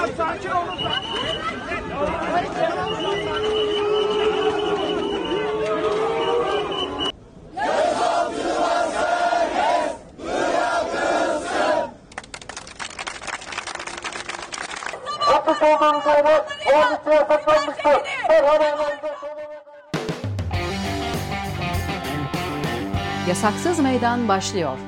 Sakin olun. Yasaksız Meydan başlıyor.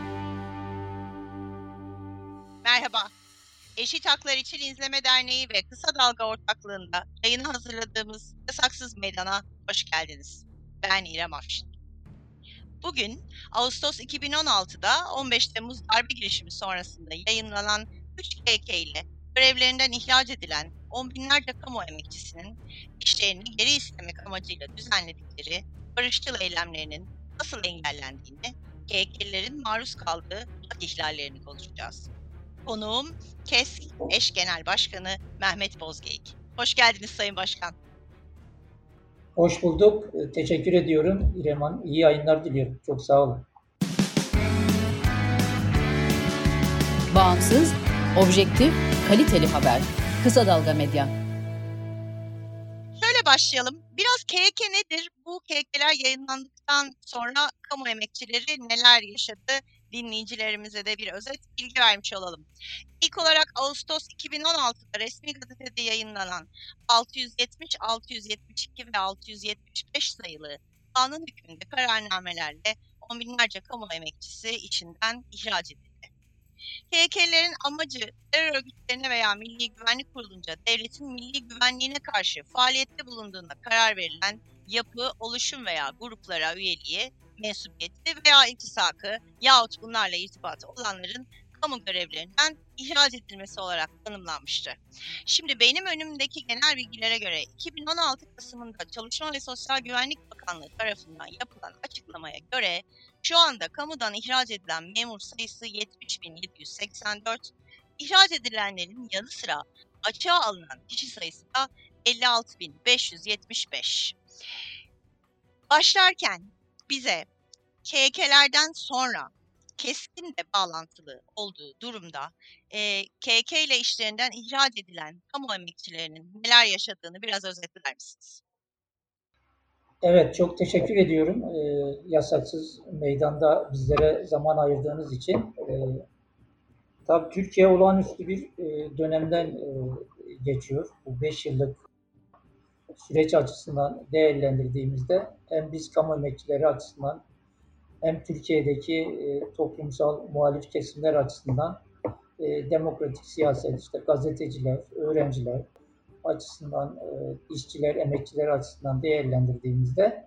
Merhaba. Eşit Haklar İçin İzleme Derneği ve Kısa Dalga ortaklığında yayını hazırladığımız Yasaksız Meydan'a hoş geldiniz. Ben İrem Afşin. Bugün Ağustos 2016'da 15 Temmuz darbe girişimi sonrasında yayınlanan 3 KK ile görevlerinden ihraç edilen on binlerce kamu emekçisinin işlerini geri istemek amacıyla düzenledikleri barışçıl eylemlerinin nasıl engellendiğini, KK'lilerin maruz kaldığı hak ihlallerini konuşacağız. Konuğum KESK Eş Genel Başkanı Mehmet Bozgeyik. Hoş geldiniz Sayın Başkan. Hoş bulduk. Teşekkür ediyorum İrem Hanım. İyi yayınlar diliyorum. Çok sağ olun. Bağımsız, objektif, kaliteli haber. Kısa Dalga Medya. Şöyle başlayalım. Biraz KK nedir? Bu KK'ler yayınlandıktan sonra kamu emekçileri neler yaşadı? Dinleyicilerimize de bir özet bilgi vermiş olalım. İlk olarak Ağustos 2016'da resmi gazetede yayınlanan 670, 672 ve 675 sayılı kanun hükmünde kararnamelerle on binlerce kamu emekçisi işinden ihraç edildi. KK'lerin amacı terör örgütlerine veya Milli Güvenlik Kurulu'nca devletin milli güvenliğine karşı faaliyette bulunduğunda karar verilen yapı, oluşum veya gruplara üyeliği, mensubiyeti veya iltisakı yahut bunlarla irtibatı olanların kamu görevlerinden ihraç edilmesi olarak tanımlanmıştı. Şimdi benim önümdeki genel bilgilere göre 2016 Kasım'ında Çalışma ve Sosyal Güvenlik Bakanlığı tarafından yapılan açıklamaya göre şu anda kamudan ihraç edilen memur sayısı 70.784, ihraç edilenlerin yanı sıra açığa alınan kişi sayısı da 56.575. Başlarken bize KK'lerden sonra keskin de bağlantılı olduğu durumda KK ile işlerinden ihraç edilen kamu emekçilerinin neler yaşadığını biraz özetler misiniz? Evet, çok teşekkür ediyorum. Yasaksız Meydan'da bizlere zaman ayırdığınız için. Tabii Türkiye olağanüstü bir dönemden geçiyor. Bu 5 yıllık süreç açısından değerlendirdiğimizde hem biz kamu emekçileri açısından hem Türkiye'deki toplumsal muhalif kesimler açısından demokratik siyaset, işte gazeteciler, öğrenciler açısından, işçiler, emekçiler açısından değerlendirdiğimizde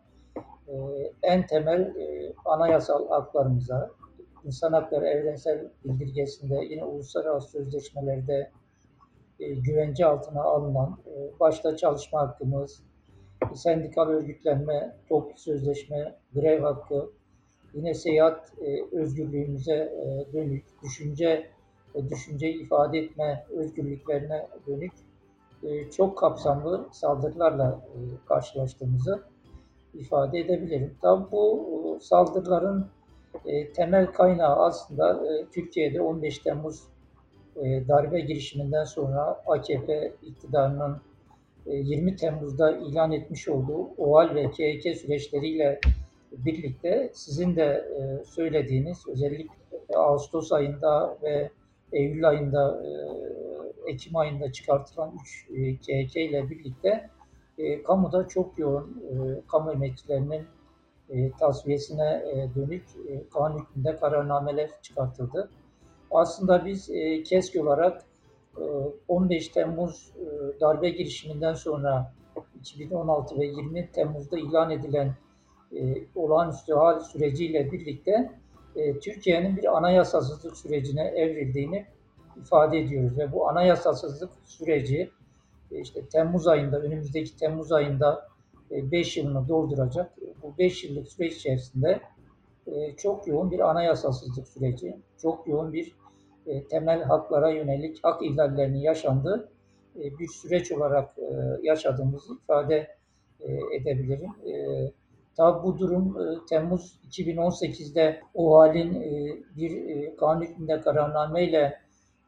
en temel anayasal haklarımıza, insan hakları evrensel bildirgesinde, yine uluslararası sözleşmelerde güvence altına alınan, başta çalışma hakkımız, sendikal örgütlenme, toplu sözleşme, grev hakkı, yine seyahat özgürlüğümüze dönük, düşünce ifade etme özgürlüklerine dönük çok kapsamlı saldırılarla karşılaştığımızı ifade edebilirim. Tabii bu saldırıların temel kaynağı aslında Türkiye'de 15 Temmuz darbe girişiminden sonra AKP iktidarının 20 Temmuz'da ilan etmiş olduğu OHAL ve KHK süreçleriyle birlikte sizin de söylediğiniz özellikle Ağustos ayında ve Eylül ayında, Ekim ayında çıkartılan 3 KHK ile birlikte kamuda çok yoğun kamu emekçilerinin tasfiyesine dönük kanun hükmünde kararnameler çıkartıldı. Aslında biz KESK olarak 15 Temmuz darbe girişiminden sonra 2016 ve 20 Temmuz'da ilan edilen olağanüstü hal süreciyle birlikte Türkiye'nin bir anayasasızlık sürecine evrildiğini ifade ediyoruz ve bu anayasasızlık süreci işte Temmuz ayında, önümüzdeki Temmuz ayında 5 yılını dolduracak. Bu 5 yıllık süreç içerisinde çok yoğun bir anayasasızlık süreci, çok yoğun bir temel haklara yönelik hak ihlallerinin yaşandığı bir süreç olarak yaşadığımızı ifade edebilirim. Tabi bu durum Temmuz 2018'de OHAL'in bir kanun hükmünde kararnameyle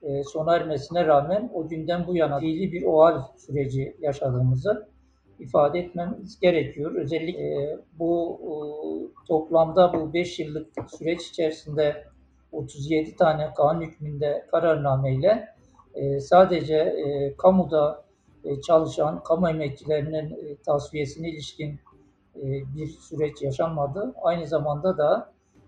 sona ermesine rağmen o günden bu yana fiili bir OHAL süreci yaşadığımızı ifade etmemiz gerekiyor. Özellikle bu toplamda bu 5 yıllık süreç içerisinde 37 tane kanun hükmünde kararnameyle sadece kamuda çalışan kamu emekçilerinin tasfiyesine ilişkin bir süreç yaşanmadı. Aynı zamanda da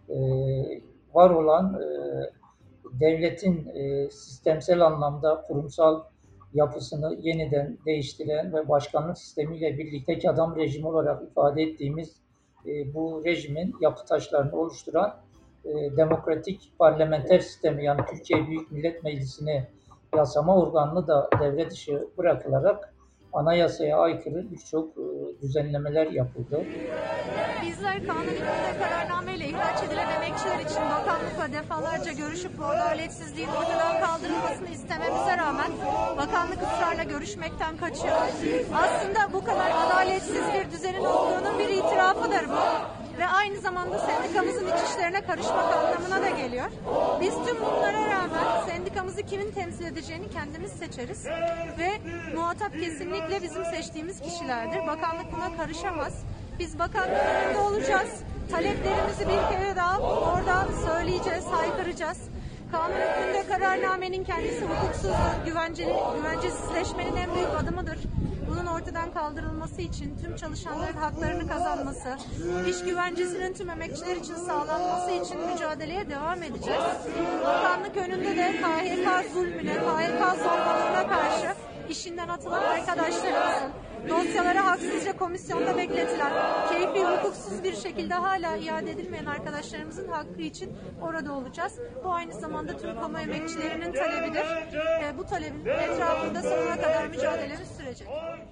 var olan devletin sistemsel anlamda kurumsal yapısını yeniden değiştiren ve başkanlık sistemiyle birlikte tek adam rejimi olarak ifade ettiğimiz bu rejimin yapı taşlarını oluşturan demokratik parlamenter sistemi, yani Türkiye Büyük Millet Meclisi'ni yasama organını da devre dışı bırakılarak anayasaya aykırı birçok düzenlemeler yapıldı. Bizler kanun hükmünde kararnameyle ihraç edilen emekçiler için bakanlıkla defalarca görüşüp bu adaletsizliğin ortadan kaldırılmasını istememize rağmen bakanlık ısrarla görüşmekten kaçıyor. Aslında bu kadar adaletsiz bir düzenin olduğunun bir itirafıdır bu. Ve aynı zamanda sendikamızın iç işlerine karışmak anlamına da geliyor. Biz tüm bunlara rağmen sendikamızı kimin temsil edeceğini kendimiz seçeriz. Ve muhatap kesinlikle bizim seçtiğimiz kişilerdir. Bakanlık buna karışamaz. Biz bakanlığın önünde olacağız. Taleplerimizi bir kere daha orada söyleyeceğiz, haykıracağız. Kanun hükmünde kararnamenin kendisi hukuksuzdur, güvencesizleşmenin en büyük adımıdır. Bunun ortadan kaldırılması için tüm çalışanların haklarını kazanması, iş güvencesinin tüm emekçiler için sağlanması için mücadeleye devam edeceğiz. Bakanlık önünde de KHK zulmüne, KHK zorbalığına karşı işinden atılan arkadaşlarımızın, dosyaları haksızca komisyonda bekletilen, keyfi hukuksuz bir şekilde hala iade edilmeyen arkadaşlarımızın hakkı için orada olacağız. Bu aynı zamanda tüm kamu emekçilerinin talebidir. Bu talebin etrafında sonuna kadar mücadelemiz sürecek.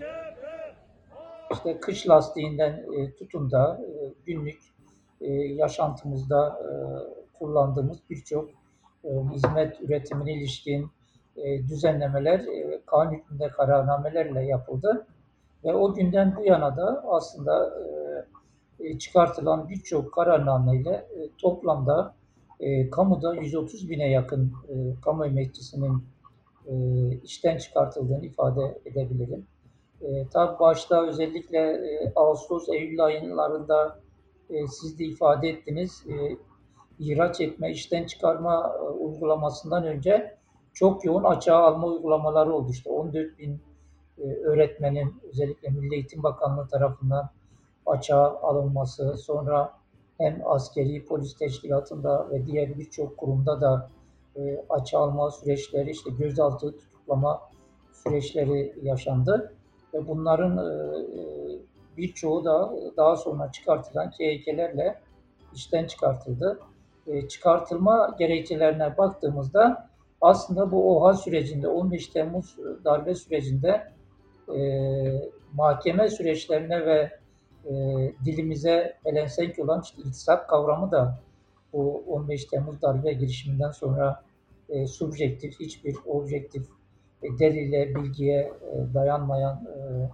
İşte kış lastiğinden tutun da günlük yaşantımızda kullandığımız birçok hizmet üretimine ilişkin düzenlemeler kanun hükmünde kararnamelerle yapıldı. Ve o günden bu yana da aslında çıkartılan birçok kararnameyle toplamda kamuda 130 bine yakın kamu emekçisinin işten çıkartıldığını ifade edebilirim. Tabii başta özellikle Ağustos-Eylül aylarında siz de ifade ettiniz, ihraç etme, işten çıkarma uygulamasından önce çok yoğun açığa alma uygulamaları oldu. İşte 14 bin öğretmenin özellikle Milli Eğitim Bakanlığı tarafından açığa alınması, sonra hem askeri polis teşkilatında ve diğer birçok kurumda da açığa alma süreçleri, işte gözaltı tutuklama süreçleri yaşandı. Ve bunların birçoğu da daha sonra çıkartılan KHK'lerle işten çıkartıldı. Çıkartılma gerekçelerine baktığımızda aslında bu OHA sürecinde, 15 Temmuz darbe sürecinde mahkeme süreçlerine ve dilimize pelesenk olan işte iltisak kavramı da bu 15 Temmuz darbe girişiminden sonra subjektif, hiçbir objektif delile, bilgiye dayanmayan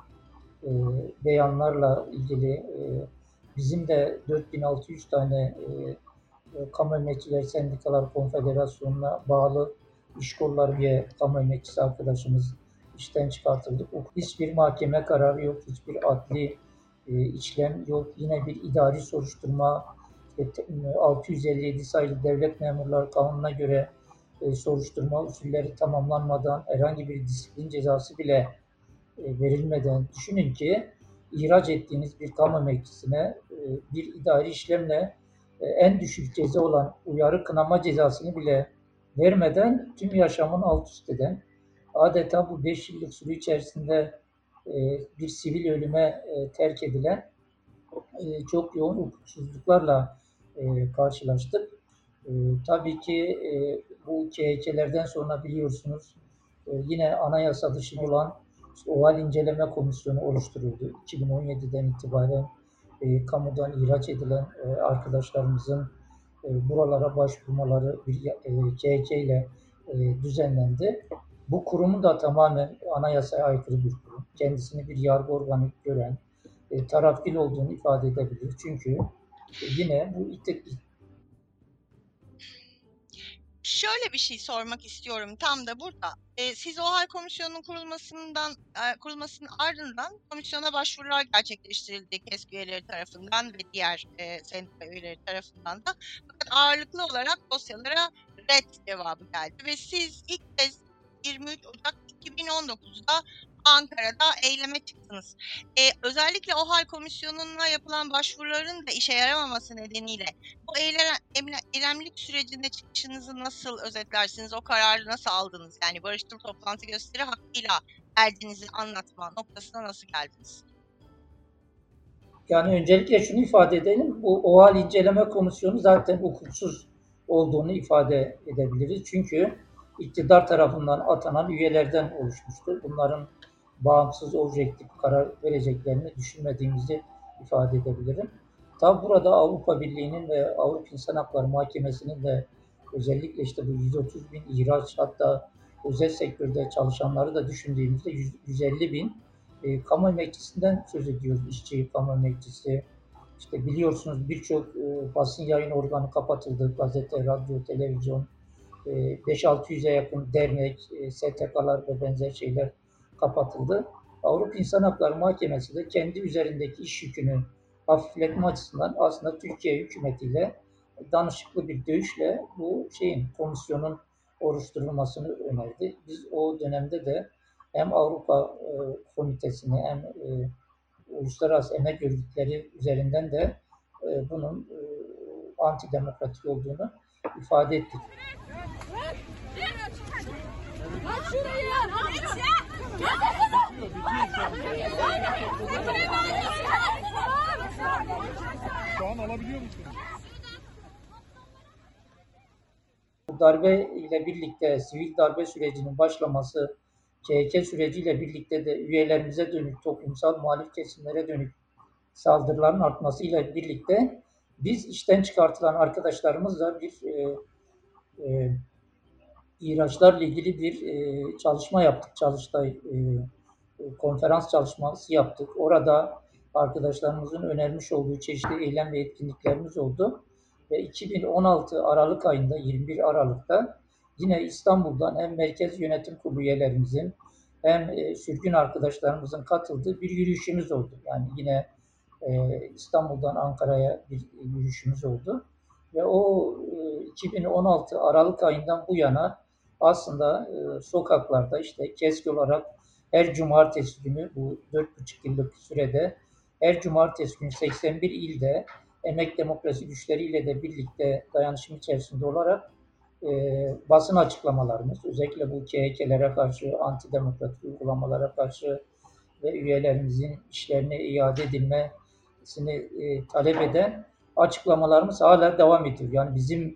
beyanlarla ilgili bizim de 4600 tane Kamu Emekçileri Sendikalar Konfederasyonu'na bağlı iş kolları üye kamu emekçisi arkadaşımız işten çıkartıldı. Hiçbir mahkeme kararı yok, hiçbir adli işlem yok. Yine bir idari soruşturma, 657 sayılı Devlet Memurları Kanunu'na göre soruşturma usulleri tamamlanmadan herhangi bir disiplin cezası bile verilmeden, düşünün ki ihraç ettiğiniz bir kamu emekçisine bir idari işlemle en düşük ceza olan uyarı kınama cezasını bile vermeden tüm yaşamını alt üst eden, adeta bu 5 yıllık süre içerisinde bir sivil ölüme terk edilen çok yoğun hukuksuzluklarla karşılaştık. Tabii ki bu KHK'lerden sonra biliyorsunuz yine anayasa dışı olan işte OHAL İnceleme Komisyonu oluşturuldu. 2017'den itibaren kamudan ihraç edilen arkadaşlarımızın buralara başvurmaları bir KHK ile düzenlendi. Bu kurumun da tamamen anayasaya aykırı bir kurum. Kendisini bir yargı organı gören, tarafgir olduğunu ifade edebilir. Çünkü yine bu Şöyle bir şey sormak istiyorum tam da burada. Siz OHAL komisyonunun kurulmasının ardından komisyona başvurular gerçekleştirildi KESK üyeleri tarafından ve diğer sendika üyeleri tarafından da. Fakat ağırlıklı olarak dosyalara red cevabı geldi ve siz ilk kez 23 Ocak 2019'da Ankara'da eyleme çıktınız. Özellikle OHAL komisyonuna yapılan başvuruların da işe yaramaması nedeniyle bu eylemlilik sürecinde çıkışınızı nasıl özetlersiniz? O kararı nasıl aldınız? Yani barışçıl toplantı gösteri hakkıyla derdinizi anlatma noktasına nasıl geldiniz? Yani öncelikle şunu ifade edelim. Bu OHAL İnceleme Komisyonu zaten hukuksuz olduğunu ifade edebiliriz. Çünkü iktidar tarafından atanan üyelerden oluşmuştur. Bunların bağımsız, objektif karar vereceklerini düşünmediğimizi ifade edebilirim. Tabi burada Avrupa Birliği'nin ve Avrupa İnsan Hakları Mahkemesi'nin de özellikle işte bu 130 bin ihraç, hatta özel sektörde çalışanları da düşündüğümüzde 150 bin kamu emekçisinden söz ediyoruz. İşçi, kamu emekçisi. İşte biliyorsunuz birçok basın yayın organı kapatıldı. Gazete, radyo, televizyon, 5-600'e yakın dernek, STK'lar ve benzer şeyler kapatıldı. Avrupa İnsan Hakları Mahkemesi de kendi üzerindeki iş yükünü hafifletme açısından aslında Türkiye hükümetiyle danışıklı bir dövüşle bu komisyonun oluşturulmasını önerdi. Biz o dönemde de hem Avrupa Komitesi'ni hem uluslararası emek örgütleri üzerinden de bunun antidemokratik olduğunu ifade ettik. Şu an alabiliyor musunuz? Darbe ile birlikte sivil darbe sürecinin başlaması, KHK süreciyle birlikte de üyelerimize dönük, toplumsal muhalif kesimlere dönük saldırıların artmasıyla birlikte biz işten çıkartılan arkadaşlarımızla bir ihraçlarla ilgili bir çalışma yaptık. Çalıştay konferans çalışması yaptık. Orada arkadaşlarımızın önermiş olduğu çeşitli eylem ve etkinliklerimiz oldu. Ve 2016 Aralık ayında, 21 Aralık'ta yine İstanbul'dan hem Merkez Yönetim Kurulu üyelerimizin hem sürgün arkadaşlarımızın katıldığı bir yürüyüşümüz oldu. Yani yine İstanbul'dan Ankara'ya bir yürüyüşümüz oldu. Ve o 2016 Aralık ayından bu yana aslında sokaklarda işte KESK olarak her cumartesi günü bu 4,5 yıllık sürede her cumartesi günü 81 ilde emek demokrasi güçleriyle de birlikte dayanışım içerisinde olarak basın açıklamalarımız, özellikle bu KHK'lere karşı, antidemokratik uygulamalara karşı ve üyelerimizin işlerine iade edilmesini talep eden açıklamalarımız hala devam ediyor. Yani bizim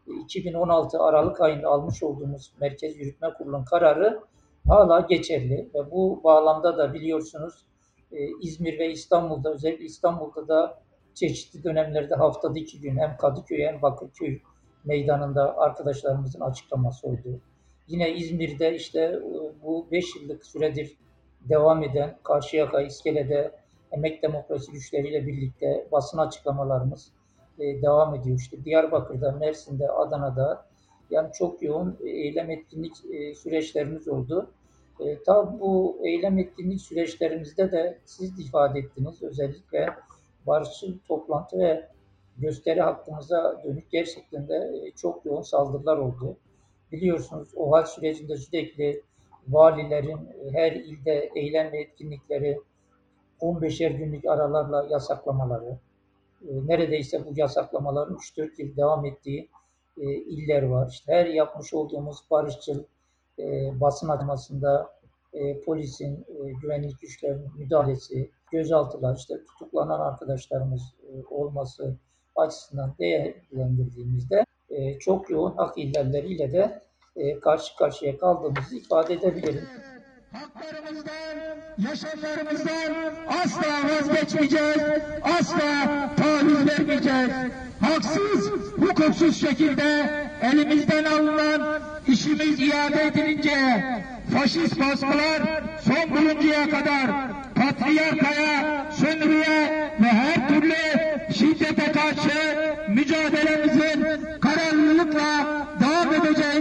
2016 Aralık ayında almış olduğumuz Merkez Yürütme Kurulu'nun kararı hala geçerli ve bu bağlamda da biliyorsunuz İzmir ve İstanbul'da, özellikle İstanbul'da da çeşitli dönemlerde haftada 2 gün hem Kadıköy hem Bakırköy meydanında arkadaşlarımızın açıklaması oldu. Yine İzmir'de işte bu 5 yıllık süredir devam eden Karşıyaka, İskele'de emek demokrasi güçleriyle birlikte basın açıklamalarımız devam ediyor. İşte Diyarbakır'da, Mersin'de, Adana'da yani çok yoğun eylem etkinlik süreçlerimiz oldu. Tabii bu eylem etkinlik süreçlerimizde de siz de ifade ettiniz. Özellikle barışçıl toplantı ve gösteri hakkımıza dönük gerçekten de çok yoğun saldırılar oldu. Biliyorsunuz OHAL sürecinde sürekli valilerin her ilde eylem ve etkinlikleri 15'er günlük aralarla yasaklamaları, neredeyse bu yasaklamaların 3-4 yıl devam ettiği iller var. İşte her yapmış olduğumuz barışçıl basın açıklamasında polisin, güvenlik güçlerinin müdahalesi, gözaltılar, işte tutuklanan arkadaşlarımız olması açısından değerlendirdiğimizde çok yoğun hak ihlalleriyle de karşı karşıya kaldığımızı ifade edebilirim. Haklarımızdan, yaşamlarımızdan asla vazgeçmeyeceğiz, asla taviz vermeyeceğiz. Haksız, hukuksuz şekilde elimizden alınan işimiz iade edilince, faşist baskılar son buluncaya kadar patriarkaya, sömürüye ve her türlü şiddete karşı mücadelemizin kararlılıkla devam edeceğiz.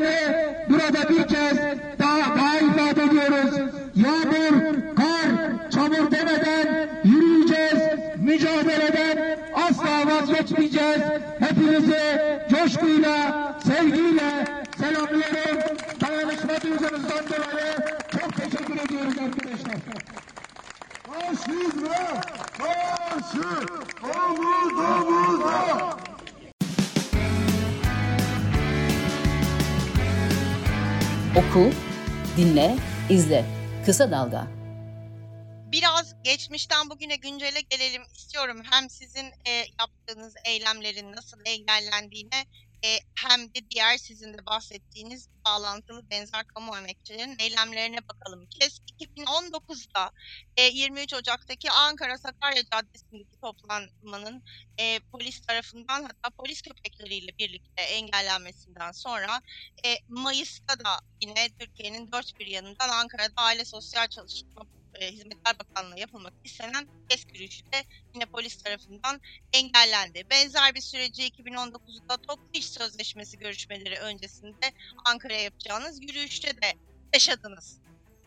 Oku, dinle, izle. Kısa Dalga. Biraz geçmişten bugüne güncele gelelim istiyorum. Hem sizin yaptığınız eylemlerin nasıl engellendiğine hem de diğer sizin de bahsettiğiniz bağlantılı benzer kamu emekçilerinin eylemlerine bakalım. KESK 2019'da 23 Ocak'taki Ankara Sakarya Caddesi'ndeki toplanmanın polis tarafından, hatta polis köpekleriyle birlikte engellenmesinden sonra Mayıs'ta da yine Türkiye'nin dört bir yanından Ankara'da Aile Sosyal Çalışma Hizmetler Bakanlığı yapılmak istenen KESK yürüyüşü de yine polis tarafından engellendi. Benzer bir süreci 2019'da toplu iş sözleşmesi görüşmeleri öncesinde Ankara'ya yapacağınız yürüyüşte de yaşadınız.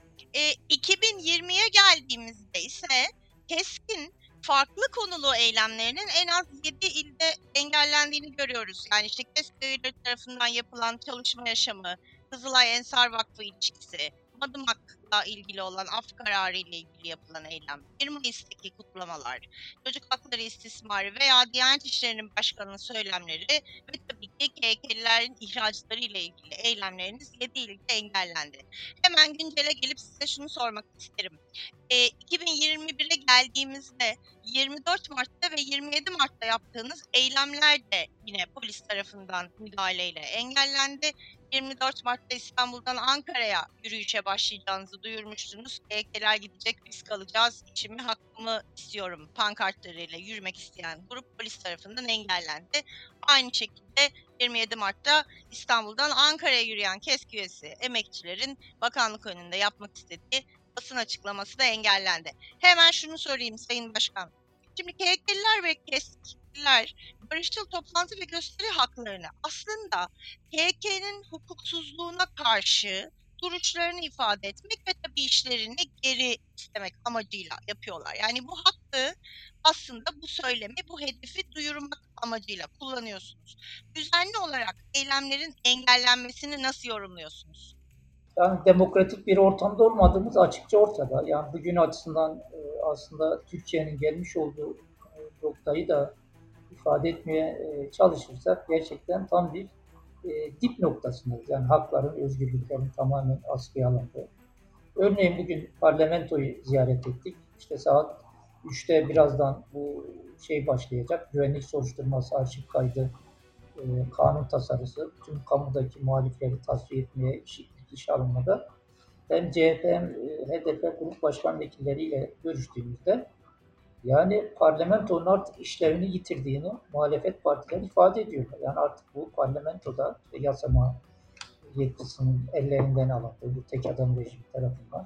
2020'ye geldiğimizde ise KESK'in farklı konulu eylemlerinin en az 7 ilde engellendiğini görüyoruz. Yani işte KESK üyeleri tarafından yapılan çalışma yaşamı, Kızılay Ensar Vakfı ilişkisi, Madımak'la ilgili olan af kararı ile ilgili yapılan eylem, 1 Mayıs'taki kutlamalar, çocuk hakları istismarı veya Diyanet İşleri'nin başkanının söylemleri ve tabii ki KHK'lilerin ihracları ile ilgili eylemleriniz 7 ilde engellendi. Hemen güncele gelip size şunu sormak isterim. 2021'e geldiğimizde 24 Mart'ta ve 27 Mart'ta yaptığınız eylemler de yine polis tarafından müdahaleyle engellendi. 24 Mart'ta İstanbul'dan Ankara'ya yürüyüşe başlayacağınızı duyurmuştunuz. KHK'ler gidecek, biz kalacağız, içimi hakkımı istiyorum pankartlarıyla yürümek isteyen grup polis tarafından engellendi. Aynı şekilde 27 Mart'ta İstanbul'dan Ankara'ya yürüyen KESK üyesi emekçilerin bakanlık önünde yapmak istediği basın açıklaması da engellendi. Hemen şunu sorayım Sayın Başkan. Şimdi KHK'liler ve KESK'liler barışçıl toplantı ve gösteri haklarını aslında KHK'nin hukuksuzluğuna karşı duruşlarını ifade etmek ve tabii işlerini geri istemek amacıyla yapıyorlar. Yani bu hakkı aslında bu söylemi, bu hedefi duyurmak amacıyla kullanıyorsunuz. Düzenli olarak eylemlerin engellenmesini nasıl yorumluyorsunuz? Yani demokratik bir ortamda olmadığımız açıkça ortada. Yani bugün açısından aslında Türkiye'nin gelmiş olduğu noktayı da ifade etmeye çalışırsak gerçekten tam bir dip noktasındayız. Yani hakların, özgürlüklerin tamamen askıya alındığı. Örneğin bugün parlamentoyu ziyaret ettik. İşte saat 3'te birazdan bu şey başlayacak. Güvenlik soruşturması, arşiv kaydı, kanun tasarısı, tüm kamudaki muhalifleri tasfiye etmeye işe alınmada. Hem CHP hem HDP grup başkan vekilleriyle görüştüğümüzde yani parlamentonun artık işlevini yitirdiğini muhalefet partileri ifade ediyorlar. Yani artık bu parlamentoda yasama yetkisinin ellerinden alındığı bu tek adam rejimi tarafından.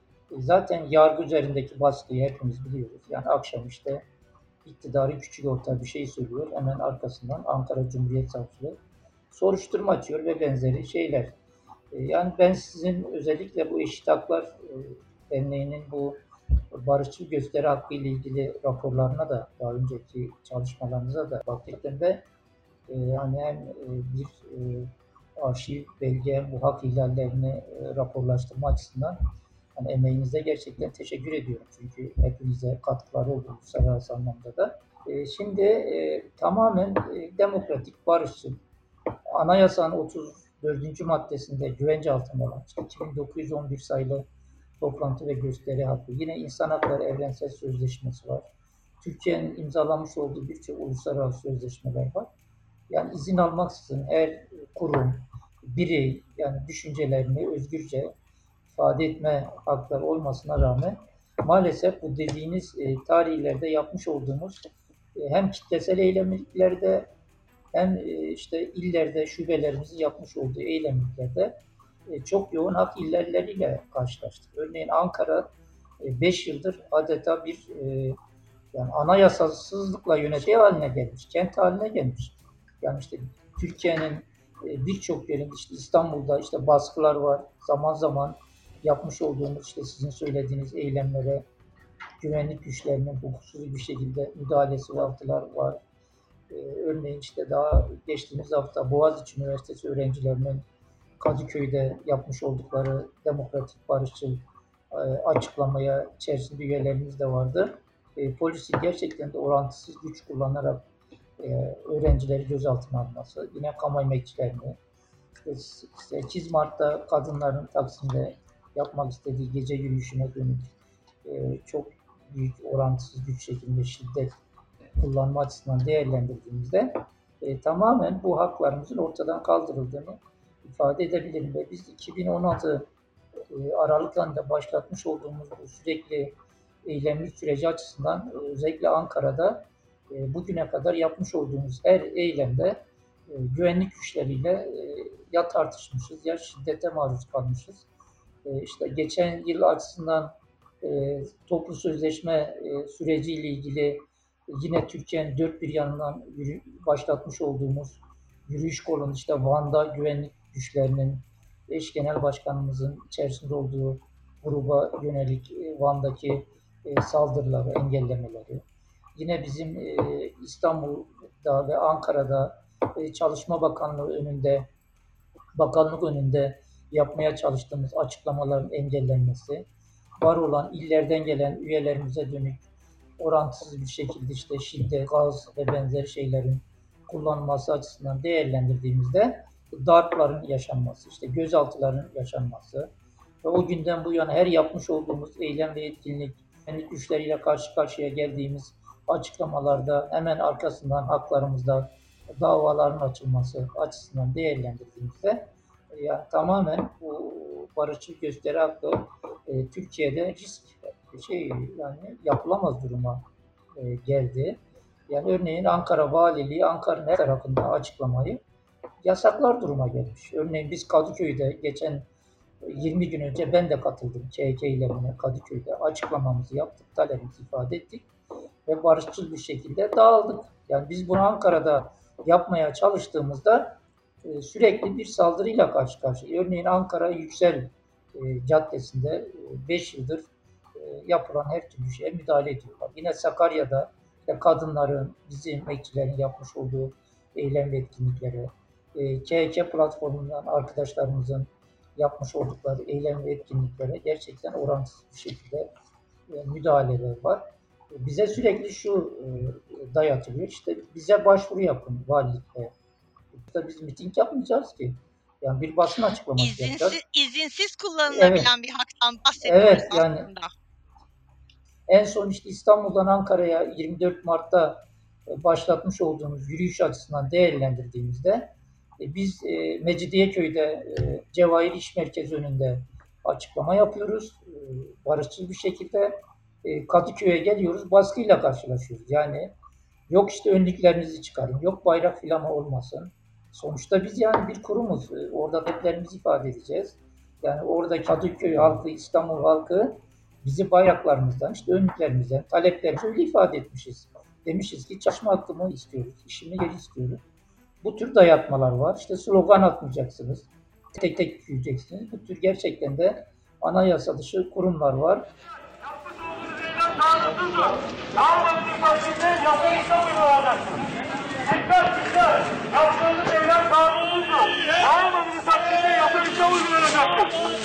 Zaten yargı üzerindeki baskıyı hepimiz biliyoruz. Yani akşam işte iktidarı küçük orta bir şey söylüyor. Hemen arkasından Ankara Cumhuriyet Savcılığı soruşturma açıyor ve benzeri şeyler. Yani ben sizin özellikle bu Eşit Haklar Derneği'nin bu barışçıl gösteri hakkı ile ilgili raporlarına da daha önceki çalışmalarınıza da baktığımda hani hem bir arşiv belge hem bu hak ihlallerini raporlaştırma açısından hani emeğinize gerçekten teşekkür ediyorum. Çünkü hepinize katkıları oldu uluslararası anlamda da. Şimdi tamamen demokratik, barışçıl, anayasanın 34. maddesinde güvence altında olan işte 2911 sayılı toplantı ve gösteri hakkı. Yine İnsan Hakları Evrensel Sözleşmesi var. Türkiye'nin imzalamış olduğu birçok uluslararası sözleşmeler var. Yani izin almaksızın her kurum, birey yani düşüncelerini özgürce ifade etme hakları olmasına rağmen maalesef bu dediğiniz tarihlerde yapmış olduğumuz hem kitlesel eylemlerde hem işte illerde şubelerimizin yapmış olduğu eylemlerde çok yoğun hak ihlalleriyle karşılaştık. Örneğin Ankara 5 yıldır adeta bir yani anayasasızlıkla yönetici haline gelmiş, kent haline gelmiş. Yani işte Türkiye'nin birçok yerinde işte İstanbul'da işte baskılar var. Zaman zaman yapmış olduğumuz işte sizin söylediğiniz eylemlere güvenlik güçlerinin hukuksuz bir şekilde müdahalesi ve altılar var. Örneğin işte daha geçtiğimiz hafta Boğaziçi Üniversitesi öğrencilerinin Kadıköy'de yapmış oldukları demokratik barışçıl açıklamaya içerisinde üyelerimiz de vardı. polisin gerçekten de orantısız güç kullanarak öğrencileri gözaltına alması, yine kamu emekçilerini, işte 8 Mart'ta kadınların Taksim'de yapmak istediği gece yürüyüşüne dönük çok büyük orantısız güç şeklinde şiddet kullanma açısından değerlendirdiğimizde tamamen bu haklarımızın ortadan kaldırıldığını ifade edebilirim. Ve biz 2016 Aralık ayında başlatmış olduğumuz bu sürekli eylemlik süreci açısından özellikle Ankara'da bugüne kadar yapmış olduğumuz her eylemde güvenlik güçleriyle ya tartışmışız ya şiddete maruz kalmışız. İşte geçen yıl açısından toplu sözleşme süreciyle ilgili yine Türkiye'nin dört bir yanından başlatmış olduğumuz yürüyüş kolunu işte Van'da güvenlik güçlerinin eş genel başkanımızın içerisinde olduğu gruba yönelik Van'daki saldırıları, engellemeleri. Yine bizim İstanbul'da ve Ankara'da Çalışma Bakanlık önünde yapmaya çalıştığımız açıklamaların engellenmesi, var olan illerden gelen üyelerimize dönük orantısız bir şekilde işte şiddet, gaz ve benzeri şeylerin kullanılması açısından değerlendirdiğimizde darpların yaşanması, işte gözaltıların yaşanması ve o günden bu yana her yapmış olduğumuz eylem ve etkinlik, güvenlik güçleriyle karşı karşıya geldiğimiz açıklamalarda hemen arkasından haklarımızda davaların açılması açısından değerlendirdiğimizde yani tamamen bu barışçıl gösteri hakkı Türkiye'de risk yani yapılamaz duruma geldi. Yani örneğin Ankara Valiliği Ankara'nın her tarafında açıklamayı yasaklar duruma gelmiş. Örneğin biz Kadıköy'de geçen 20 gün önce ben de katıldım KK eylemine Kadıköy'de açıklamamızı yaptık, talebimizi ifade ettik ve barışçıl bir şekilde dağıldık. Yani biz bunu Ankara'da yapmaya çalıştığımızda sürekli bir saldırıyla karşı karşıya. Örneğin Ankara Yüksel Caddesi'nde 5 yıldır yapılan her türlü şeye müdahale ediyorlar. Yine Sakarya'da kadınların, bizim emekçilerin yapmış olduğu eylem ve etkinliklere, KK platformundan arkadaşlarımızın yapmış oldukları eylem ve etkinliklere gerçekten orantısız bir şekilde müdahaleler var. Bize sürekli şu dayatılıyor, işte bize başvuru yapın valilikte. Biz miting yapmayacağız ki. Yani bir basın açıklaması yapacağız. İzinsiz kullanılabilen Evet. bir haktan bahsediyoruz Evet, yani aslında. en son işte İstanbul'dan Ankara'ya 24 Mart'ta başlatmış olduğumuz yürüyüş açısından değerlendirdiğimizde biz Mecidiyeköy'de Cevahir İş Merkezi önünde açıklama yapıyoruz. Barışçıl bir şekilde Kadıköy'e geliyoruz, baskıyla karşılaşıyoruz. Yani yok işte önlüklerinizi çıkarın, yok bayrak filan olmasın. Sonuçta biz yani bir kurumuz. Orada taleplerimizi ifade edeceğiz. Yani orada Kadıköy halkı, İstanbul halkı bizi bayraklarımızdan, işte önlüklerimizden, taleplerimizi öyle ifade etmişiz. Demişiz ki çalışma hakkımı istiyoruz, işimi geri istiyoruz. Bu tür dayatmalar var. İşte slogan atmayacaksınız, tek tek yürüyeceksiniz. Bu tür gerçekten de anayasa dışı kurumlar var. Yaptığınız takdirde yasalarsa uygulanacaksınız. Dikkat! Yaptığınız eylem kanununuzdur. Yapmadığınız takdirde yasalarsa uygulanacaksınız.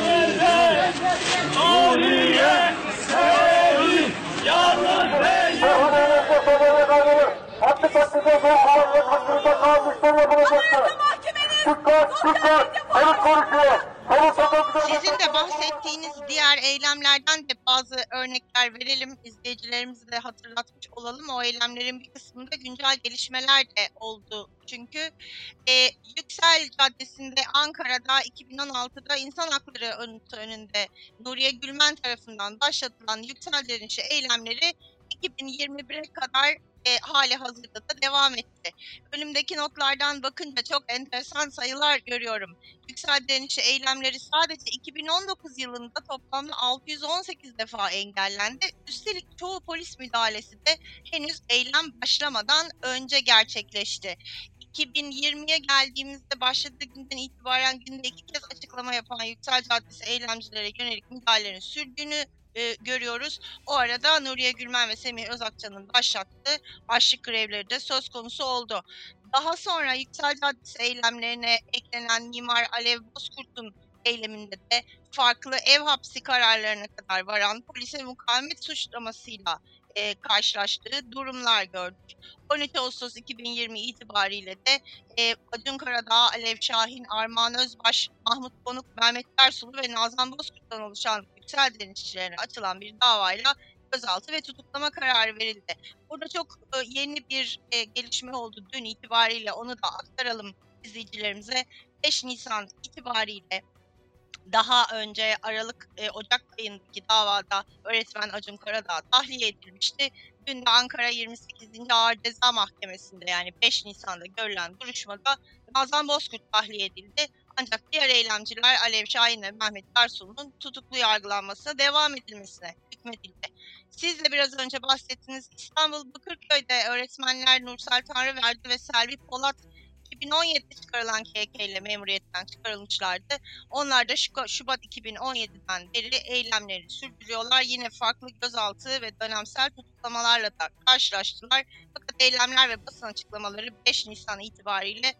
Nuriye! Sevim! Yalnız beyim! Orhan'ınızda sabırlı kalır. Hakkı takdirde zor kullanılır. Hakkınızda kanun işlem yapılacaktır. Dikkat! Polis konuşuyor. Sizin de bahsettiğiniz diğer eylemlerden de bazı örnekler verelim. İzleyicilerimizi de hatırlatmış olalım. O eylemlerin bir kısmında güncel gelişmeler de oldu. Çünkü Yüksel Caddesi'nde Ankara'da 2016'da İnsan Hakları Örgütü önünde Nuriye Gülmen tarafından başlatılan Yüksel direnişi eylemleri 2021'e kadar hali hazırda da devam etti. Önümdeki notlardan bakınca çok enteresan sayılar görüyorum. Yüksel direnişi eylemleri sadece 2019 yılında toplamda 618 defa engellendi. Üstelik çoğu polis müdahalesi de henüz eylem başlamadan önce gerçekleşti. 2020'ye geldiğimizde başladığı günden itibaren günde 2 kez açıklama yapan Yüksel Caddesi eylemcilere yönelik müdahalelerin sürdüğünü görüyoruz. O arada Nuriye Gülmen ve Semih Özakçı'nın başlattığı açlık grevleri de söz konusu oldu. Daha sonra Yüksel Caddesi eylemlerine eklenen Mimar Alev Bozkurt'un eyleminde de farklı ev hapsi kararlarına kadar varan polise mukavemet suçlamasıyla karşılaştığı durumlar gördük. 13 Ağustos 2020 itibariyle de Acun Karadağ, Alev Şahin, Armağan Özbaş, Mahmut Konuk, Mehmet Ersulu ve Nazan Bozkurt'tan oluşan Yüksel denizcilerine açılan bir davayla gözaltı ve tutuklama kararı verildi. Burada çok yeni bir gelişme oldu dün itibariyle, onu da aktaralım izleyicilerimize. 5 Nisan itibariyle daha önce Ocak ayındaki davada öğretmen Acun Karadağ tahliye edilmişti. Dün de Ankara 28. Ağır Ceza Mahkemesi'nde, yani 5 Nisan'da görülen duruşmada Nazan Bozkurt tahliye edildi. Ancak diğer eylemciler Alev Şahin ve Mehmet Ersulu'nun tutuklu yargılanmasına devam edilmesine hükmedildi. Siz de biraz önce bahsettiniz. İstanbul Bakırköy'de öğretmenler Nursel Tanrıverdi ve Selvi Polat 2017'de çıkarılan KK ile memuriyetten çıkarılmışlardı. Onlar da Şubat 2017'den beri eylemlerini sürdürüyorlar. Yine farklı gözaltı ve dönemsel tutuklamalarla da karşılaştılar. Fakat eylemler ve basın açıklamaları 5 Nisan itibariyle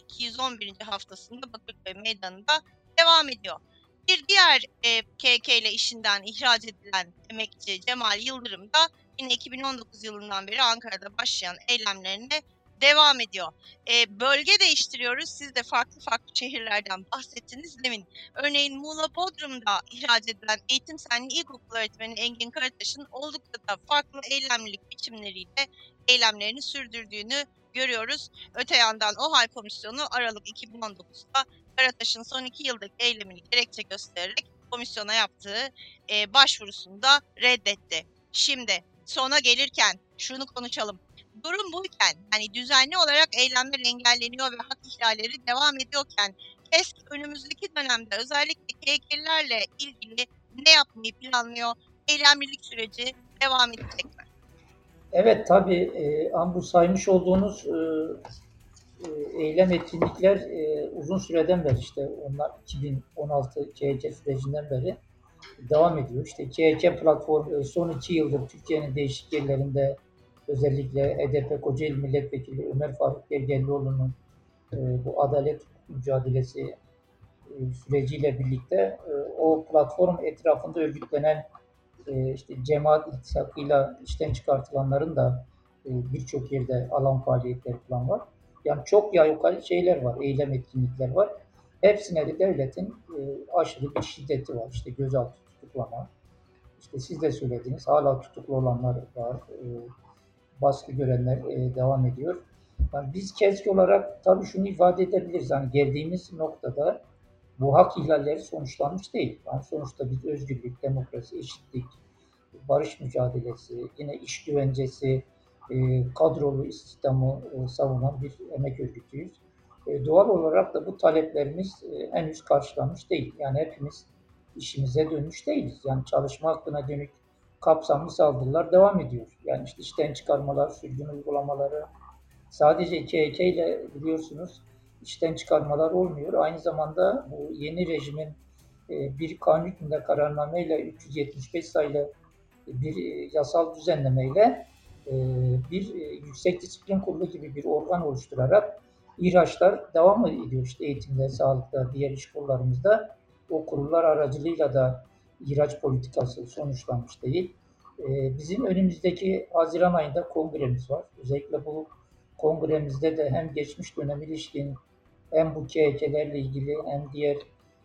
211. haftasında Bakırköy Meydanı'nda devam ediyor. Bir diğer KK ile işinden ihraç edilen emekçi Cemal Yıldırım da yine 2019 yılından beri Ankara'da başlayan eylemlerine devam ediyor. Bölge değiştiriyoruz. Siz de farklı şehirlerden bahsettiniz demin. Örneğin Muğla Bodrum'da ihraç edilen Eğitim Senliği İlkokul öğretmeni Engin Karataş'ın oldukça da farklı eylemlilik biçimleriyle eylemlerini sürdürdüğünü görüyoruz. Öte yandan OHAL Komisyonu Aralık 2019'da Karataş'ın son 2 yıldaki eylemini gerekçe göstererek komisyona yaptığı başvurusunu da reddetti. Şimdi sona gelirken şunu konuşalım. Durum buyken, yani düzenli olarak eylemler engelleniyor ve hak ihlalleri devam ediyorken KESK önümüzdeki dönemde özellikle KK'lilerle ilgili ne yapmayı planlıyor? Eylemlilik süreci devam edecek mi? Evet, tabii bu saymış olduğunuz eylem etkinlikler uzun süreden beri, işte onlar 2016 KHK sürecinden beri devam ediyor. İşte KHK platformu son 2 yıldır Türkiye'nin değişik yerlerinde, özellikle HDP Kocaeli Milletvekili Ömer Faruk Gergerlioğlu'nun bu adalet mücadelesi süreciyle birlikte o platform etrafında örgütlenen işte cemaat ittifakıyla işten çıkartılanların da birçok yerde alan faaliyetleri falan var. Yani çok yukarı şeyler var, eylem etkinlikler var. Hepsine de devletin aşırı bir şiddeti var. İşte gözaltı, tutuklama. İşte siz de söylediniz, hala tutuklu olanlar var. Baskı görenler devam ediyor. Yani biz KESK olarak tabii şunu ifade edebiliriz. Yani geldiğimiz noktada bu hak ihlalleri sonuçlanmış değil. Yani sonuçta biz özgürlük, demokrasi, eşitlik, barış mücadelesi, yine iş güvencesi, kadrolu istihdamı savunan bir emek örgütüyüz. Doğal olarak da bu taleplerimiz henüz karşılanmış değil. Yani hepimiz işimize dönmüş değiliz. Yani çalışma hakkına dönük kapsamlı saldırılar devam ediyor. Yani işte işten çıkarmalar, sürgün uygulamaları, sadece KHK ile biliyorsunuz işten çıkarmalar olmuyor. Aynı zamanda bu yeni rejimin bir kanun hükmünde kararnameyle 375 sayılı bir yasal düzenlemeyle bir yüksek disiplin kurulu gibi bir organ oluşturarak ihraçlar devam ediyor. İşte eğitimde, sağlıkta, diğer iş kollarımızda o kurullar aracılığıyla da ihraç politikası sonuçlanmış değil. Bizim önümüzdeki Haziran ayında kongremiz var. Özellikle bu kongremizde de hem geçmiş dönem ilişkin hem bu KHK'lerle ilgili hem diğer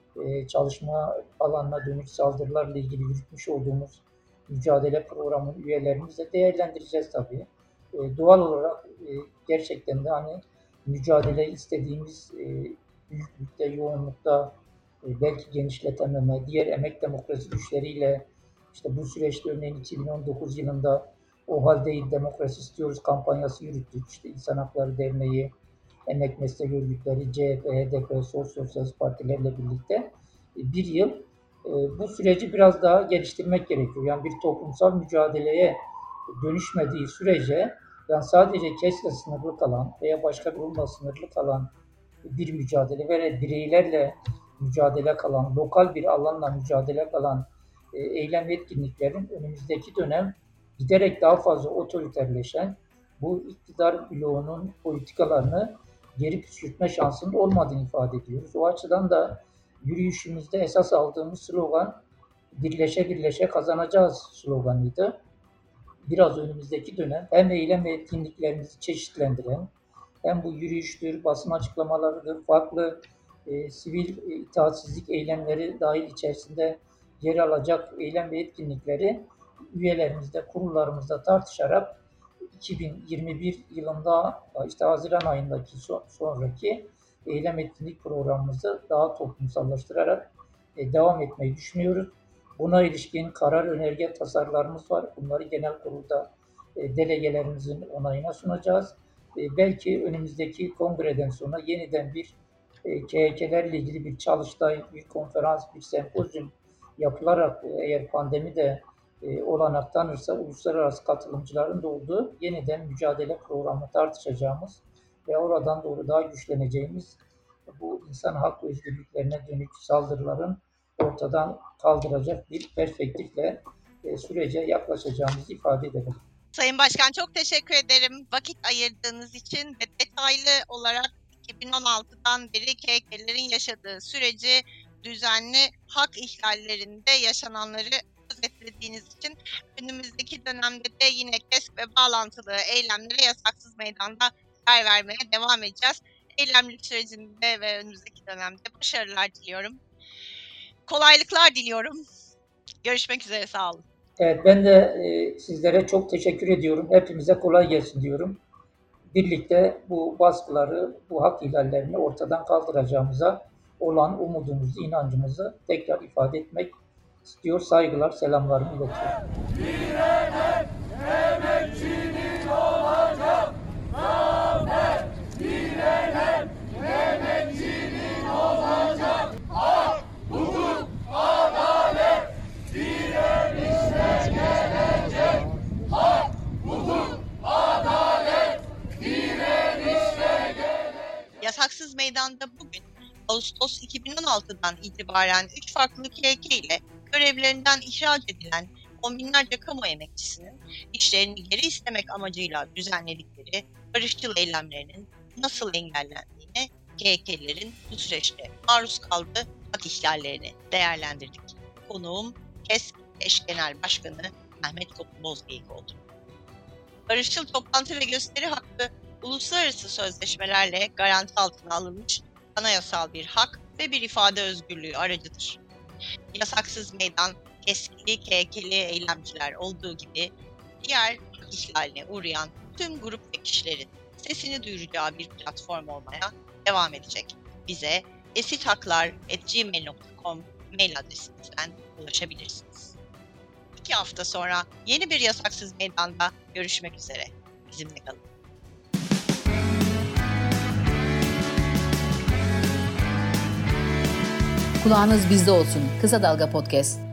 çalışma alanına dönük saldırılarla ilgili yürütmüş olduğumuz mücadele programının üyelerimizle değerlendireceğiz tabii. Doğal olarak gerçekten de hani mücadele istediğimiz büyüklükte, yoğunlukta belki genişletememe, diğer emek demokrasi güçleriyle işte bu süreçte örneğin 2019 yılında O Halde Demokrasi İstiyoruz kampanyası yürüttük. İşte İnsan Hakları Derneği, emek meslek örgütleri, CHP, HDP, Sol Sosyalist Partilerle birlikte bir yıl bu süreci biraz daha geliştirmek gerekiyor. Yani bir toplumsal mücadeleye dönüşmediği sürece, yani sadece KESK'le sınırlı kalan veya başka kurumla sınırlı kalan bir mücadele ve bireylerle mücadele kalan, lokal bir alanla mücadele kalan eylem etkinliklerin önümüzdeki dönem giderek daha fazla otoriterleşen bu iktidar bloğunun politikalarını geri püskürtme şansının olmadığını ifade ediyoruz. O açıdan da yürüyüşümüzde esas aldığımız slogan birleşe birleşe kazanacağız sloganıydı. biraz önümüzdeki dönem hem eylem ve etkinliklerimizi çeşitlendiren, hem bu yürüyüştür, basın açıklamalarıdır, farklı sivil itaatsizlik eylemleri dahil içerisinde yer alacak eylem ve etkinlikleri üyelerimizde, kurullarımızda tartışarak 2021 yılında işte Haziran ayındaki sonraki eylem etkinlik programımızı daha toplumsallaştırarak devam etmeyi düşünüyoruz. Buna ilişkin karar, önerge, tasarılarımız var. Bunları genel kurulda delegelerimizin onayına sunacağız. Belki önümüzdeki kongreden sonra yeniden bir KHK'lerle ilgili bir çalıştay, bir konferans, bir sempozyum yapılarak eğer pandemi de olanak tanırsa uluslararası katılımcıların da olduğu yeniden mücadele programı tartışacağımız ve oradan doğru daha güçleneceğimiz bu insan hak ve özgürlüklerine dönük saldırıların ortadan kaldıracak bir perspektifle sürece yaklaşacağımızı ifade edelim. Sayın Başkan çok teşekkür ederim vakit ayırdığınız için ve detaylı olarak 2016'dan beri KHK'lerin yaşadığı süreci, düzenli hak ihlallerinde yaşananları özetlediğiniz için önümüzdeki dönemde de yine KESK ve bağlantılı eylemlere yasaksız meydanda yer vermeye devam edeceğiz. Eylemlik sürecinde ve önümüzdeki dönemde başarılar diliyorum. Kolaylıklar diliyorum. Görüşmek üzere, sağ olun. Evet, ben de sizlere çok teşekkür ediyorum. Hepimize kolay gelsin diyorum. Birlikte bu baskıları, bu hak ihlallerini ortadan kaldıracağımıza olan umudumuzu, inancımızı tekrar ifade etmek istiyor. Saygılar, selamlarımı iletiyorum. Direnen emekçinin olacak. Zafer direnen emekçinin olacak. Hak, hukuk, adalet direnişle gelecek. Hak, hukuk, adalet direnişle gelecek. Yasaksız Meydan'da bugün Ağustos 2016'dan itibaren 3 farklı KHK ile görevlerinden ihraç edilen on binlerce kamu emekçisinin işlerini geri istemek amacıyla düzenledikleri barışçıl eylemlerinin nasıl engellendiğini, KHK'lerin bu süreçte maruz kaldığı hak ihlallerini değerlendirdik. Konuğum KESK eş genel başkanı Mehmet Koplu Bozgeyik oldu. Barışçıl toplantı ve gösteri hakkı uluslararası sözleşmelerle garanti altına alınmış anayasal bir hak ve bir ifade özgürlüğü aracıdır. Yasaksız Meydan, KESK'li, KHK'li eylemciler olduğu gibi diğer hak ihlaline uğrayan tüm grup ve kişilerin sesini duyuracağı bir platform olmaya devam edecek. Bize esithaklar@gmail.com mail adresimizden ulaşabilirsiniz. 2 hafta sonra yeni bir Yasaksız Meydan'da görüşmek üzere. Bizimle kalın. Kulağınız bizde olsun. Kısa Dalga Podcast.